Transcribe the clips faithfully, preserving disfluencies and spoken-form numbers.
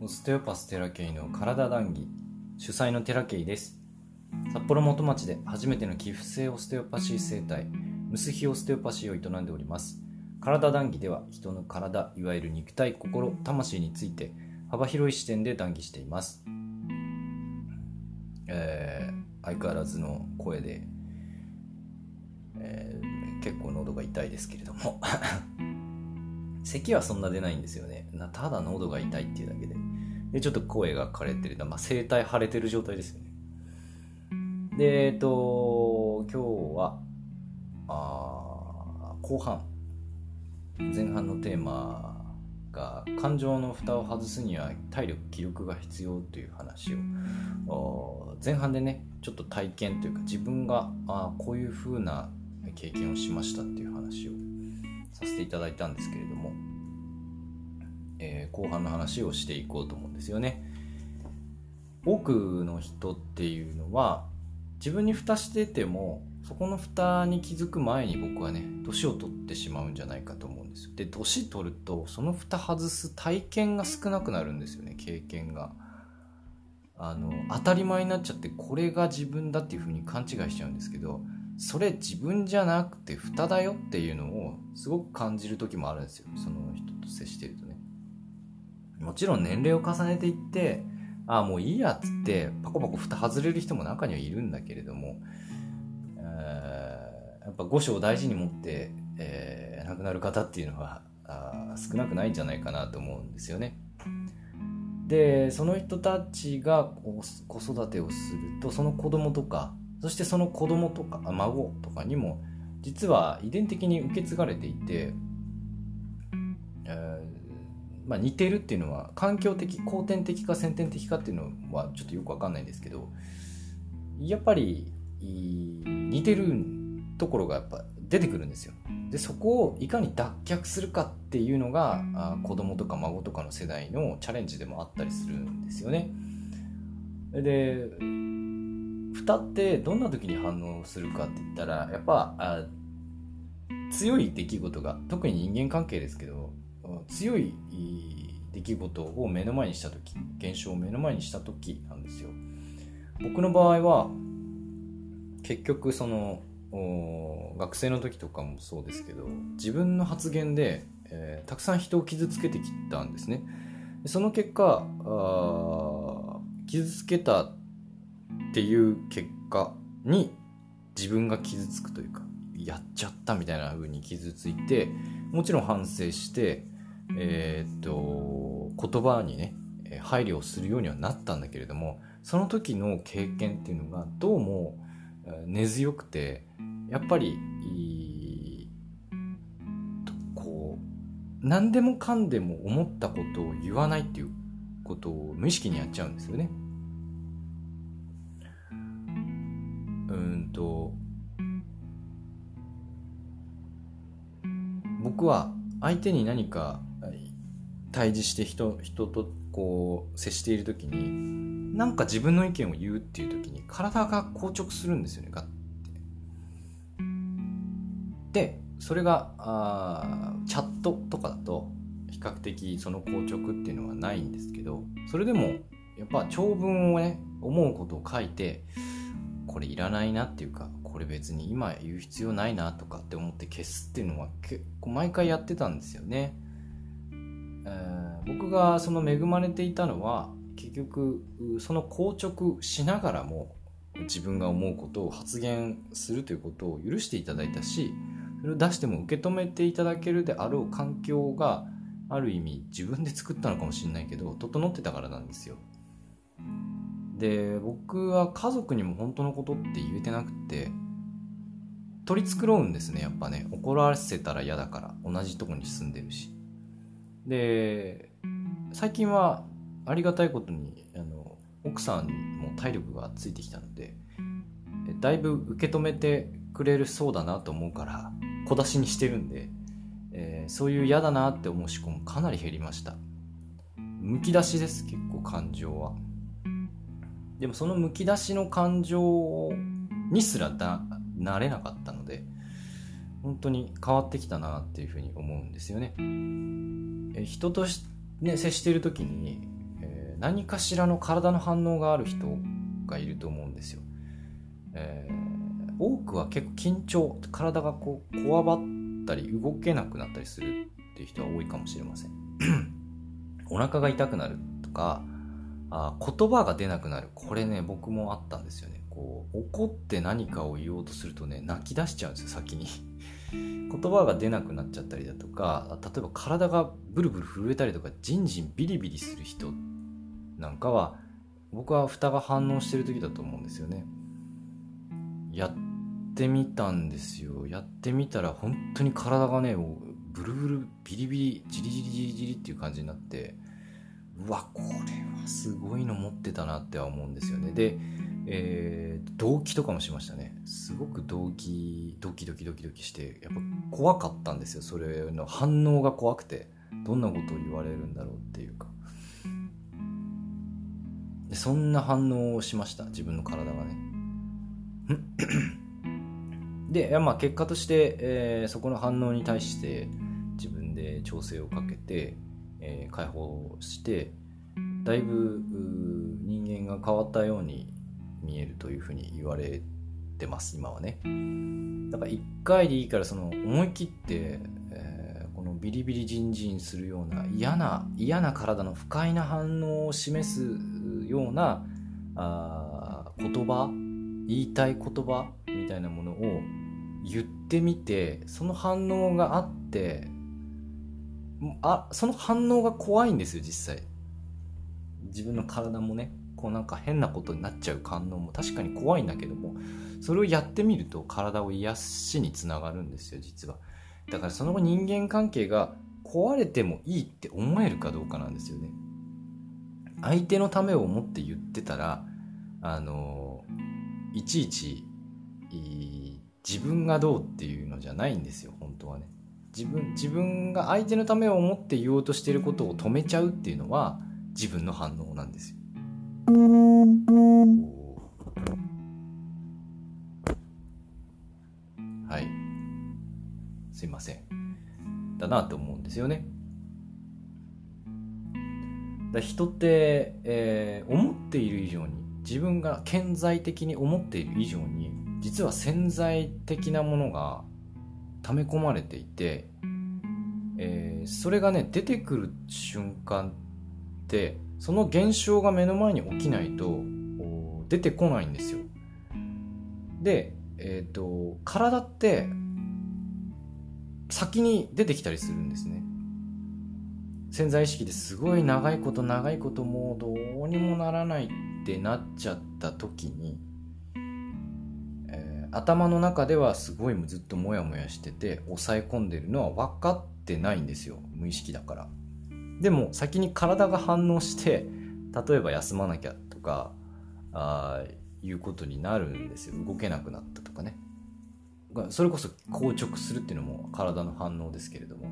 オステオパステラケイの体談義、主催のテラケイです。札幌元町で初めての寄付性オステオパシー生態ムスヒオステオパシーを営んでおります。体談義では人の体、いわゆる肉体、心、魂について幅広い視点で談義しています。えー、相変わらずの声で、えー、結構喉が痛いですけれども咳はそんな出ないんですよね。ただ喉が痛いっていうだけで。で、ちょっと声が枯れてる。まあ、声帯腫れてる状態ですよね。で、えっと、今日は、あ後半。前半のテーマが、感情の蓋を外すには体力、気力が必要という話を、前半でね、ちょっと体験というか、自分があこういう風な経験をしましたっていう話をさせていただいたんですけれども、えー、後半の話をしていこうと思うんですよね。多くの人っていうのは自分に蓋しててもそこの蓋に気づく前に僕はね年を取ってしまうんじゃないかと思うんですよ。で、年取るとその蓋外す体験が少なくなるんですよね。経験があの当たり前になっちゃって、これが自分だっていう風に勘違いしちゃうんですけど、それ自分じゃなくて蓋だよっていうのをすごく感じる時もあるんですよ。その人と接しているとね。もちろん年齢を重ねていってああもういいやっつってパコパコ蓋外れる人も中にはいるんだけれども、えー、やっぱ五章を大事に持って、えー、亡くなる方っていうのはあ少なくないんじゃないかなと思うんですよね。で、その人たちが子育てをするとその子供とか、そしてその子供とか孫とかにも実は遺伝的に受け継がれていて、えーまあ、似てるっていうのは環境的、後天的か先天的かっていうのはちょっとよく分かんないんですけど、やっぱり似てるところがやっぱ出てくるんですよ。で、そこをいかに脱却するかっていうのがあ子供とか孫とかの世代のチャレンジでもあったりするんですよね。で、蓋ってどんな時に反応するかって言ったら、やっぱあ強い出来事が、特に人間関係ですけど、強い出来事を目の前にした時、現象を目の前にした時なんですよ。僕の場合は結局その学生の時とかもそうですけど、自分の発言で、えー、たくさん人を傷つけてきたんですね。その結果あ傷つけたっていう結果に自分が傷つくというか、やっちゃったみたいな風に傷ついて、もちろん反省してえー、っと言葉にね配慮をするようにはなったんだけれども、その時の経験っていうのがどうも根強くて、やっぱりこう何でもかんでも思ったことを言わないっていうことを無意識にやっちゃうんですよね。うんと僕は相手に何か対峙して人、人とこう接している時になんか自分の意見を言うっていう時に体が硬直するんですよね。ガッて。で、それがあチャットとかだと比較的その硬直っていうのはないんですけど、それでもやっぱ長文をね思うことを書いて、これいらないなっていうか、これ別に今言う必要ないなとかって思って消すっていうのは結構毎回やってたんですよね。えー、僕がその恵まれていたのは結局その硬直しながらも自分が思うことを発言するということを許していただいたし、それを出しても受け止めていただけるであろう環境がある意味自分で作ったのかもしれないけど整ってたからなんですよ。で、僕は家族にも本当のことって言えてなくて取り繕うんですね。やっぱね、怒らせたら嫌だから、同じとこに住んでるし。で、最近はありがたいことにあの奥さんも体力がついてきたので、だいぶ受け止めてくれるそうだなと思うから小出しにしてるんで、えー、そういう嫌だなって思う思考もかなり減りました。むき出しです、結構感情は。でもそのむき出しの感情にすらだなれなかったので、本当に変わってきたなっていうふうに思うんですよね。え人とし、ね、接している時に、え何かしらの体の反応がある人がいると思うんですよ。えー、多くは結構緊張、体がこうこわばったり動けなくなったりするっていう人は多いかもしれません。お腹が痛くなるとか、あ言葉が出なくなる。これね、僕もあったんですよね。こう怒って何かを言おうとするとね、泣き出しちゃうんですよ、先に。言葉が出なくなっちゃったりだとか、例えば体がブルブル震えたりとか、ジンジンビリビリする人なんかは、僕は蓋が反応してる時だと思うんですよね。やってみたんですよ。やってみたら本当に体がね、ブルブルビリビリジリジリジリジリっていう感じになって、うわ、これはすごいの持ってたなっては思うんですよね。で、えー、動悸とかもしましたね。すごく動悸ドキドキドキドキして、やっぱ怖かったんですよ。それの反応が怖くて、どんなことを言われるんだろうっていうか。でそんな反応をしました、自分の体がね。で、まあ、結果として、えー、そこの反応に対して自分で調整をかけて、えー、解放してだいぶ人間が変わったように見えるというふうに言われてます今はね。だからいっかいでいいからその思い切って、えー、このビリビリジンジンするような嫌な嫌な体の不快な反応を示すようなあ言葉、言いたい言葉みたいなものを言ってみて、その反応があってあその反応が怖いんですよ。実際自分の体もね、こうなんか変なことになっちゃう反応も確かに怖いんだけども、それをやってみると体を癒しにつながるんですよ、実は。だからその後人間関係が壊れてもいいって思えるかどうかなんですよね。相手のためを思って言ってたら、あのいちいちい自分がどうっていうのじゃないんですよ、本当はね。自分自分が相手のためを思って言おうとしていることを止めちゃうっていうのは自分の反応なんですよ。はい、すいませんだなと思うんですよね。だ人って、えー、思っている以上に、自分が顕在的に思っている以上に、実は潜在的なものが溜め込まれていて、えー、それがね出てくる瞬間ってその現象が目の前に起きないと出てこないんですよ。で、えーと、体って先に出てきたりするんですね。潜在意識ですごい長いこと長いこともうどうにもならないってなっちゃった時に、えー、頭の中ではすごいずっとモヤモヤしてて抑え込んでるのは分かってないんですよ、無意識だから。でも先に体が反応して、例えば休まなきゃとかあいうことになるんですよ。動けなくなったとかね。それこそ硬直するっていうのも体の反応ですけれども、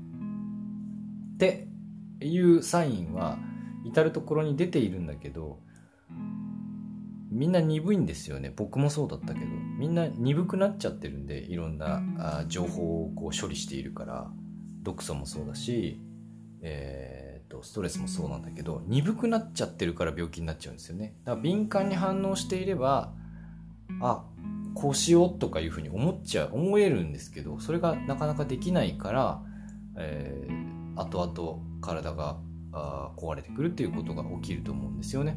っていうサインは至るところに出ているんだけど、みんな鈍いんですよね。僕もそうだったけど、みんな鈍くなっちゃってるんで、いろんなあ情報をこう処理しているから、毒素もそうだし、えー、とストレスもそうなんだけど、鈍くなっちゃってるから病気になっちゃうんですよね。だから敏感に反応していれば、あ、こうしようとかいうふうに思っちゃう思えるんですけど、それがなかなかできないから、えー、後々体があ壊れてくるっていうことが起きると思うんですよね。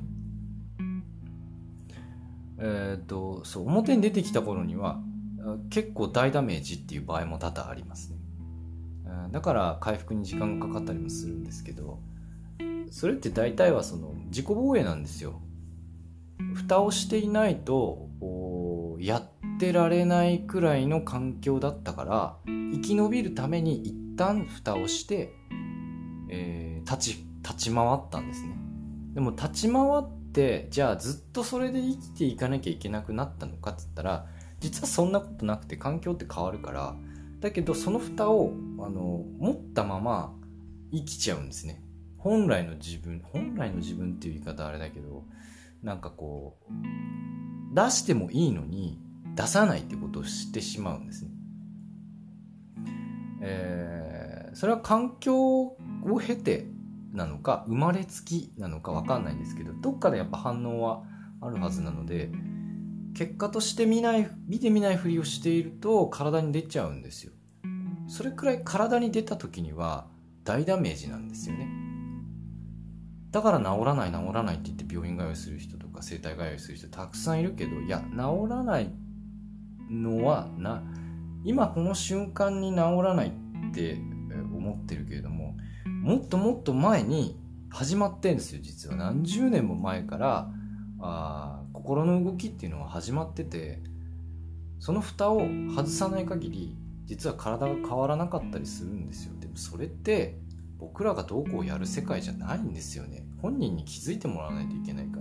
えー、とそう表に出てきた頃には結構大ダメージっていう場合も多々ありますね。だから回復に時間がかかったりもするんですけど、それって大体はその自己防衛なんですよ。蓋をしていないとやってられないくらいの環境だったから、生き延びるために一旦蓋をして、えー、立ち、立ち回ったんですね。でも立ち回ってじゃあずっとそれで生きていかなきゃいけなくなったのかっつったら、実はそんなことなくて、環境って変わるから。だけどその蓋をあの持ったまま生きちゃうんですね。本来の自分本来の自分っていう言い方あれだけど、なんかこう出してもいいのに出さないってことをしてしまうんですね。えー、それは環境を経てなのか生まれつきなのか分かんないんですけど、どっかでやっぱ反応はあるはずなので、結果として見ない見てみないふりをしていると体に出ちゃうんですよ。それくらい体に出た時には大ダメージなんですよね。だから治らない治らないって言って病院通いする人とか整体通いする人たくさんいるけど、いや治らないのはな今この瞬間に治らないって思ってるけれども、もっともっと前に始まってんですよ。実は何十年も前からあ心の動きっていうのは始まってて、その蓋を外さない限り実は体が変わらなかったりするんですよ。でもそれって僕らがどうこうやる世界じゃないんですよね。本人に気づいてもらわないといけないから、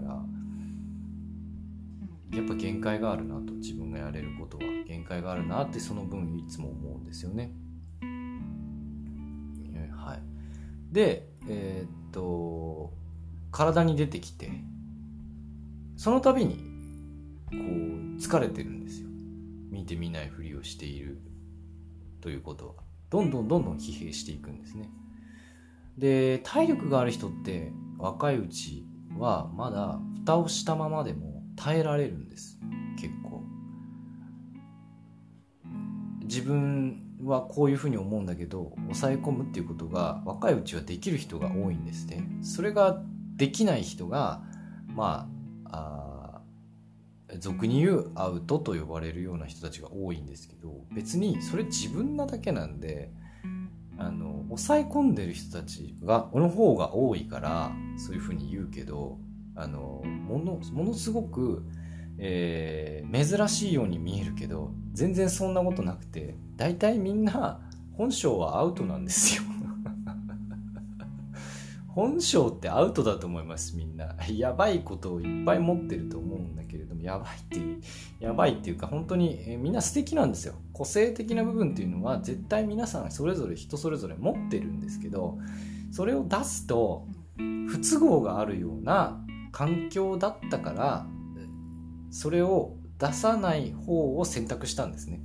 やっぱ限界があるなと、自分がやれることは限界があるなってその分いつも思うんですよね。はい。で、えー、っと体に出てきて、その度にこう疲れてるんですよ。見て見ないふりをしているということはどんどんどんどん疲弊していくんですね。で、体力がある人って若いうちはまだ蓋をしたままでも耐えられるんです。結構自分はこういうふうに思うんだけど、抑え込むっていうことが若いうちはできる人が多いんですね。それができない人がまあ、あ俗に言うアウトと呼ばれるような人たちが多いんですけど、別にそれ自分なだけなんで、あの抑え込んでる人たちがの方が多いからそういうふうに言うけど、あのもの、ものすごく、えー、珍しいように見えるけど全然そんなことなくて、大体みんな本性はアウトなんですよ本性ってアウトだと思います。みんなやばいことをいっぱい持ってると思うんだけれども、やばいっていうやばいっていうか本当に、えー、みんな素敵なんですよ。個性的な部分っていうのは絶対皆さんそれぞれ人それぞれ持ってるんですけど、それを出すと不都合があるような環境だったから、それを出さない方を選択したんですね。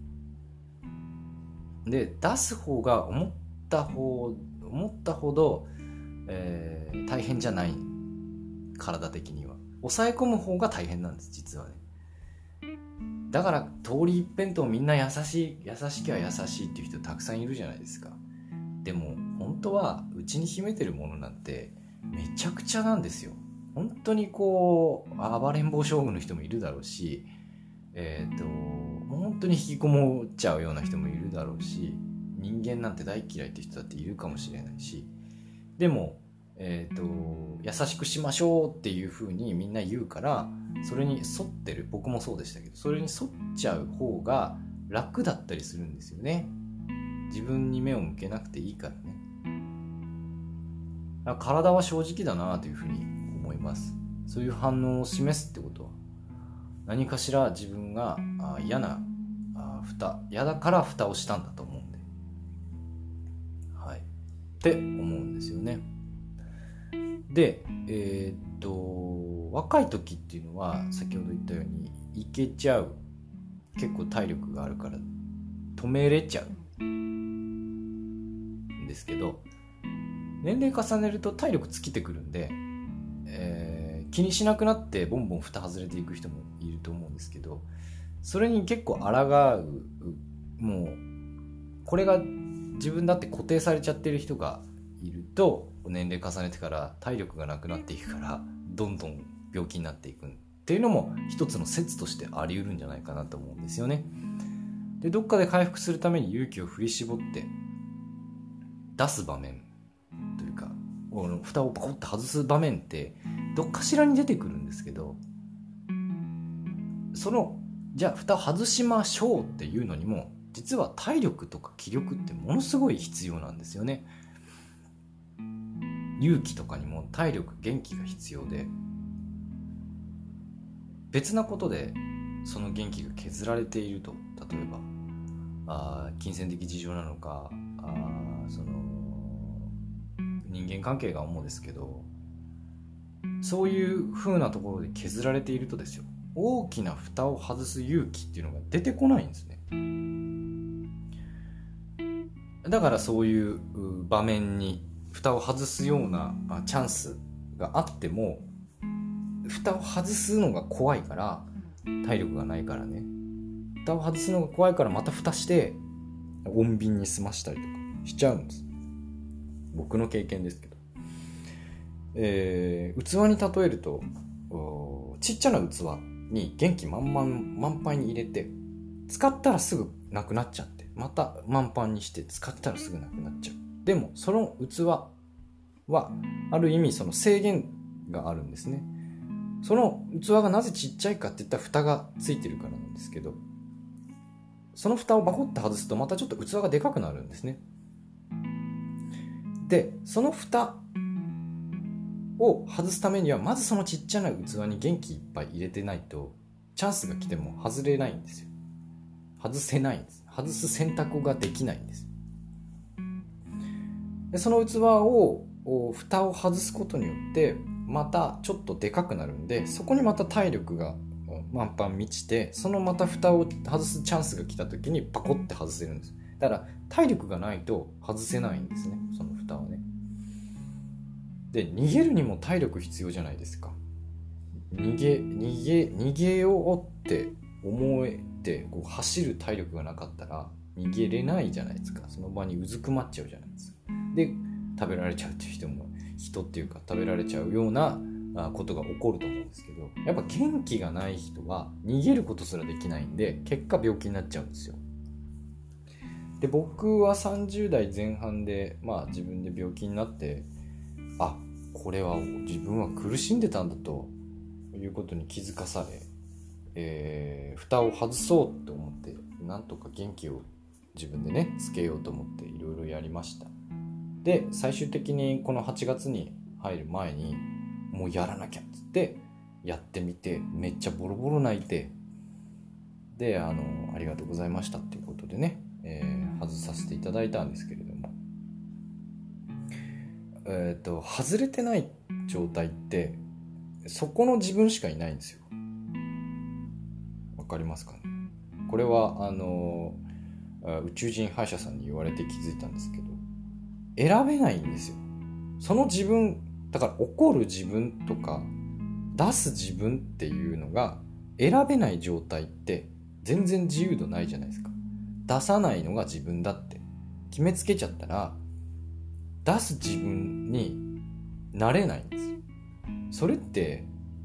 で、出す方が思った方思ったほどえー、大変じゃない。体的には抑え込む方が大変なんです、実はね。だから通り一辺倒みんな優しい優しきゃ優しいっていう人たくさんいるじゃないですか。でも本当は内に秘めてるものなんてめちゃくちゃなんですよ。本当にこう暴れん坊将軍の人もいるだろうし、えっと本当に引きこもっちゃうような人もいるだろうし、人間なんて大嫌いって人だっているかもしれないし、でも、えーと、優しくしましょうっていう風にみんな言うから、それに沿ってる、僕もそうでしたけど、それに沿っちゃう方が楽だったりするんですよね。自分に目を向けなくていいからね。だから体は正直だなという風に思います。そういう反応を示すってことは、何かしら自分があ嫌なあ蓋嫌だから蓋をしたんだと思うんで、はい、って思うんですよね。で、えー、っと若い時っていうのは先ほど言ったようにいけちゃう、結構体力があるから止めれちゃうんですけど、年齢重ねると体力尽きてくるんで、えー、気にしなくなってボンボン蓋外れていく人もいると思うんですけど、それに結構抗う、もうこれが自分だって固定されちゃってる人がいると、年齢重ねてから体力がなくなっていくからどんどん病気になっていくっていうのも一つの説としてあり得るんじゃないかなと思うんですよね。で、どっかで回復するために勇気を振り絞って出す場面というか、この蓋をパコッと外す場面ってどっかしらに出てくるんですけど、そのじゃあ蓋を外しましょうっていうのにも実は体力とか気力ってものすごい必要なんですよね。勇気とかにも体力、元気が必要で、別なことでその元気が削られていると、例えばあ金銭的事情なのか、あその人間関係が主ですけど、そういう風なところで削られているとですよ、大きな蓋を外す勇気っていうのが出てこないんですね。だからそういう場面に蓋を外すようなチャンスがあっても蓋を外すのが怖いから、体力がないからね、蓋を外すのが怖いからまた蓋して穏便に済ましたりとかしちゃうんです。僕の経験ですけど、えー、器に例えると、ちっちゃな器に元気満々満杯に入れて、使ったらすぐなくなっちゃって、また満帆にして使ったらすぐなくなっちゃう。でもその器はある意味その制限があるんですね。その器がなぜちっちゃいかっていったら蓋がついてるからなんですけど、その蓋をバコッと外すとまたちょっと器がでかくなるんですね。でその蓋を外すためにはまずそのちっちゃな器に元気いっぱい入れてないと、チャンスが来ても外れないんですよ。外せないんです。外す選択ができないんです。でその器を蓋を外すことによってまたちょっとでかくなるんで、そこにまた体力が満帆満ちて、そのまた蓋を外すチャンスが来た時にパコって外せるんです。だから体力がないと外せないんですね、その蓋はね。で逃げるにも体力必要じゃないですか。逃げ逃げ逃げようって思えてこう走る体力がなかったら逃げれないじゃないですか。その場にうずくまっちゃうじゃないですか。で食べられちゃうっていう人も人っていうか食べられちゃうようなことが起こると思うんですけど、やっぱ元気がない人は逃げることすらできないんで、結果病気になっちゃうんですよ。で僕はさんじゅう代前半で、まあ、自分で病気になって、あ、これは自分は苦しんでたんだということに気づかされ、えー、蓋を外そうと思ってなんとか元気を自分でねつけようと思っていろいろやりました。で最終的にこのはちがつに入る前にもうやらなきゃっつってやってみて、めっちゃボロボロ泣いて、であのありがとうございましたっていうことでね、えー、外させていただいたんですけれども、えーと外れてない状態ってそこの自分しかいないんですよ。わかりますかね。これはあの宇宙人歯医者さんに言われて気づいたんですけど、選べないんですよ。その自分だから怒る自分とか出す自分っていうのが選べない状態って全然自由度ないじゃないですか。出さないのが自分だって決めつけちゃったら出す自分になれないんですよ。それって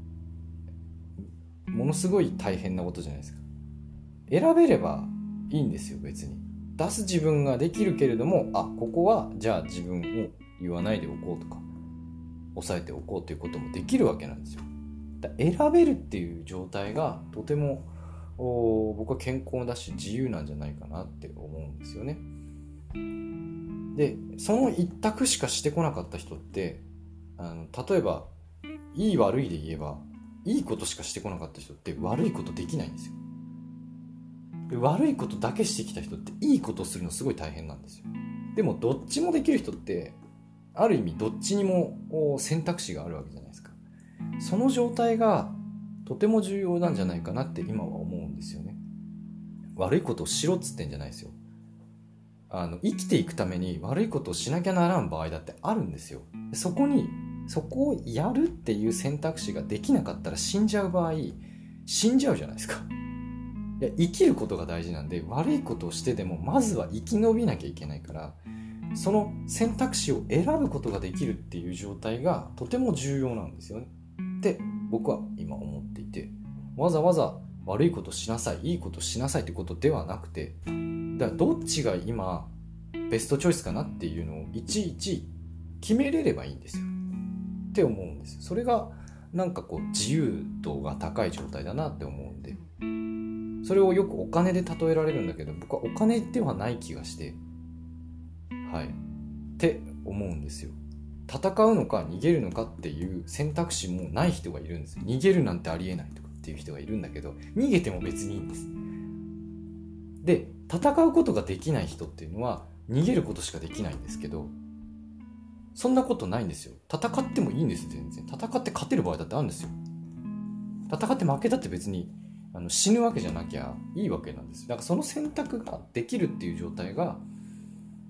ものすごい大変なことじゃないですか。選べればいいんですよ。別に出す自分ができるけれども、あ、ここはじゃあ自分を言わないでおこうとか抑えておこうということもできるわけなんですよ。だ選べるっていう状態がとても僕は健康だし自由なんじゃないかなって思うんですよね。でその一択しかしてこなかった人って、あの例えばいい悪いで言えばいいことしかしてこなかった人って悪いことできないんですよ。で悪いことだけしてきた人っていいことをするのすごい大変なんですよ。でもどっちもできる人ってある意味どっちにも選択肢があるわけじゃないですか。その状態がとても重要なんじゃないかなって今は思うんですよね。悪いことをしろっつってんじゃないですよ。あの生きていくために悪いことをしなきゃならん場合だってあるんですよ。そこにそこをやるっていう選択肢ができなかったら死んじゃう場合死んじゃうじゃないですか。いや生きることが大事なんで、悪いことをしてでもまずは生き延びなきゃいけないから、その選択肢を選ぶことができるっていう状態がとても重要なんですよねって僕は今思っていて、わざわざ悪いことしなさいいいことしなさいってことではなくて、だからどっちが今ベストチョイスかなっていうのをいちいち決めれればいいんですよって思うんです。それがなんかこう自由度が高い状態だなって思うんで、それをよくお金で例えられるんだけど、僕はお金ではない気がしてはいって思うんですよ。戦うのか逃げるのかっていう選択肢もない人がいるんですよ。逃げるなんてありえないとかっていう人がいるんだけど、逃げても別にいいんです。で戦うことができない人っていうのは逃げることしかできないんですけど、そんなことないんですよ。戦ってもいいんです。全然戦って勝てる場合だってあるんですよ。戦って負けたって別にあの死ぬわけじゃなきゃいいわけなんです。だからその選択ができるっていう状態が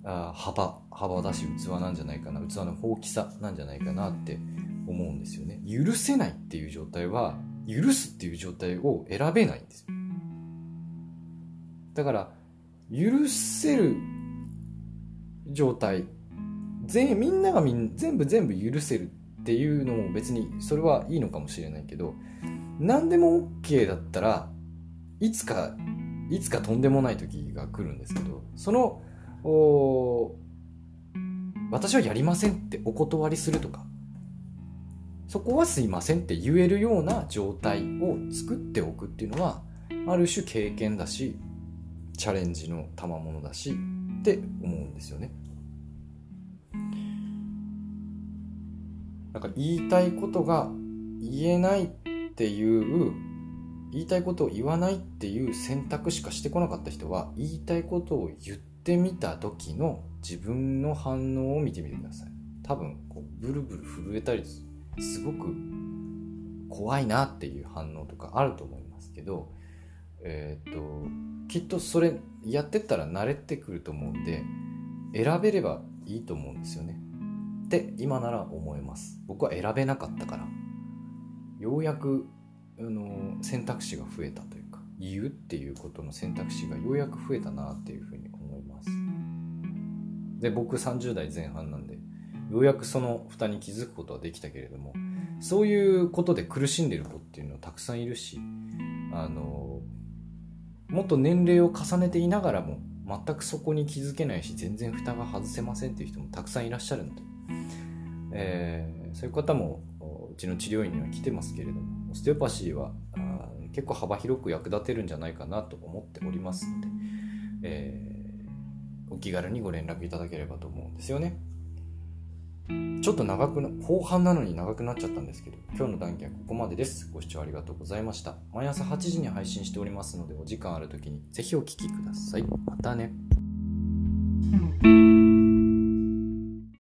あ幅幅だし器なんじゃないかな、器の大きさなんじゃないかなって思うんですよね。許せないっていう状態は許すっていう状態を選べないんですよ。だから許せる状態、全みんながみん全部全部許せるっていうのも別にそれはいいのかもしれないけど、何でも OK だったらいつかいつかとんでもない時が来るんですけど、そのお私はやりませんってお断りするとか、そこはすいませんって言えるような状態を作っておくっていうのはある種経験だしチャレンジの賜物だしって思うんですよね。なんか言いたいことが言えないっていう言いたいことを言わないっていう選択しかしてこなかった人は、言いたいことを言ってみた時の自分の反応を見てみてください。多分こうブルブル震えたりすごく怖いなっていう反応とかあると思いますけど、えー、っときっとそれやってったら慣れてくると思うんで、選べればいいと思うんですよねって今なら思います。僕は選べなかったから、ようやくあの選択肢が増えたというか、言うっていうことの選択肢がようやく増えたなっていうふうに思います。で、僕さんじゅう代前半なんで、ようやくその負担に気づくことはできたけれども、そういうことで苦しんでる子っていうのはたくさんいるし、あのもっと年齢を重ねていながらも全くそこに気づけないし、全然蓋が外せませんっていう人もたくさんいらっしゃるので、えー、そういう方もうちの治療院には来てますけれども、オステオパシーはあ結構幅広く役立てるんじゃないかなと思っておりますので、えー、お気軽にご連絡いただければと思うんですよね。ちょっと長くな後半なのに長くなっちゃったんですけど、今日の談義はここまでです。ご視聴ありがとうございました。毎朝はちじに配信しておりますので、お時間ある時にぜひお聞きください。またね。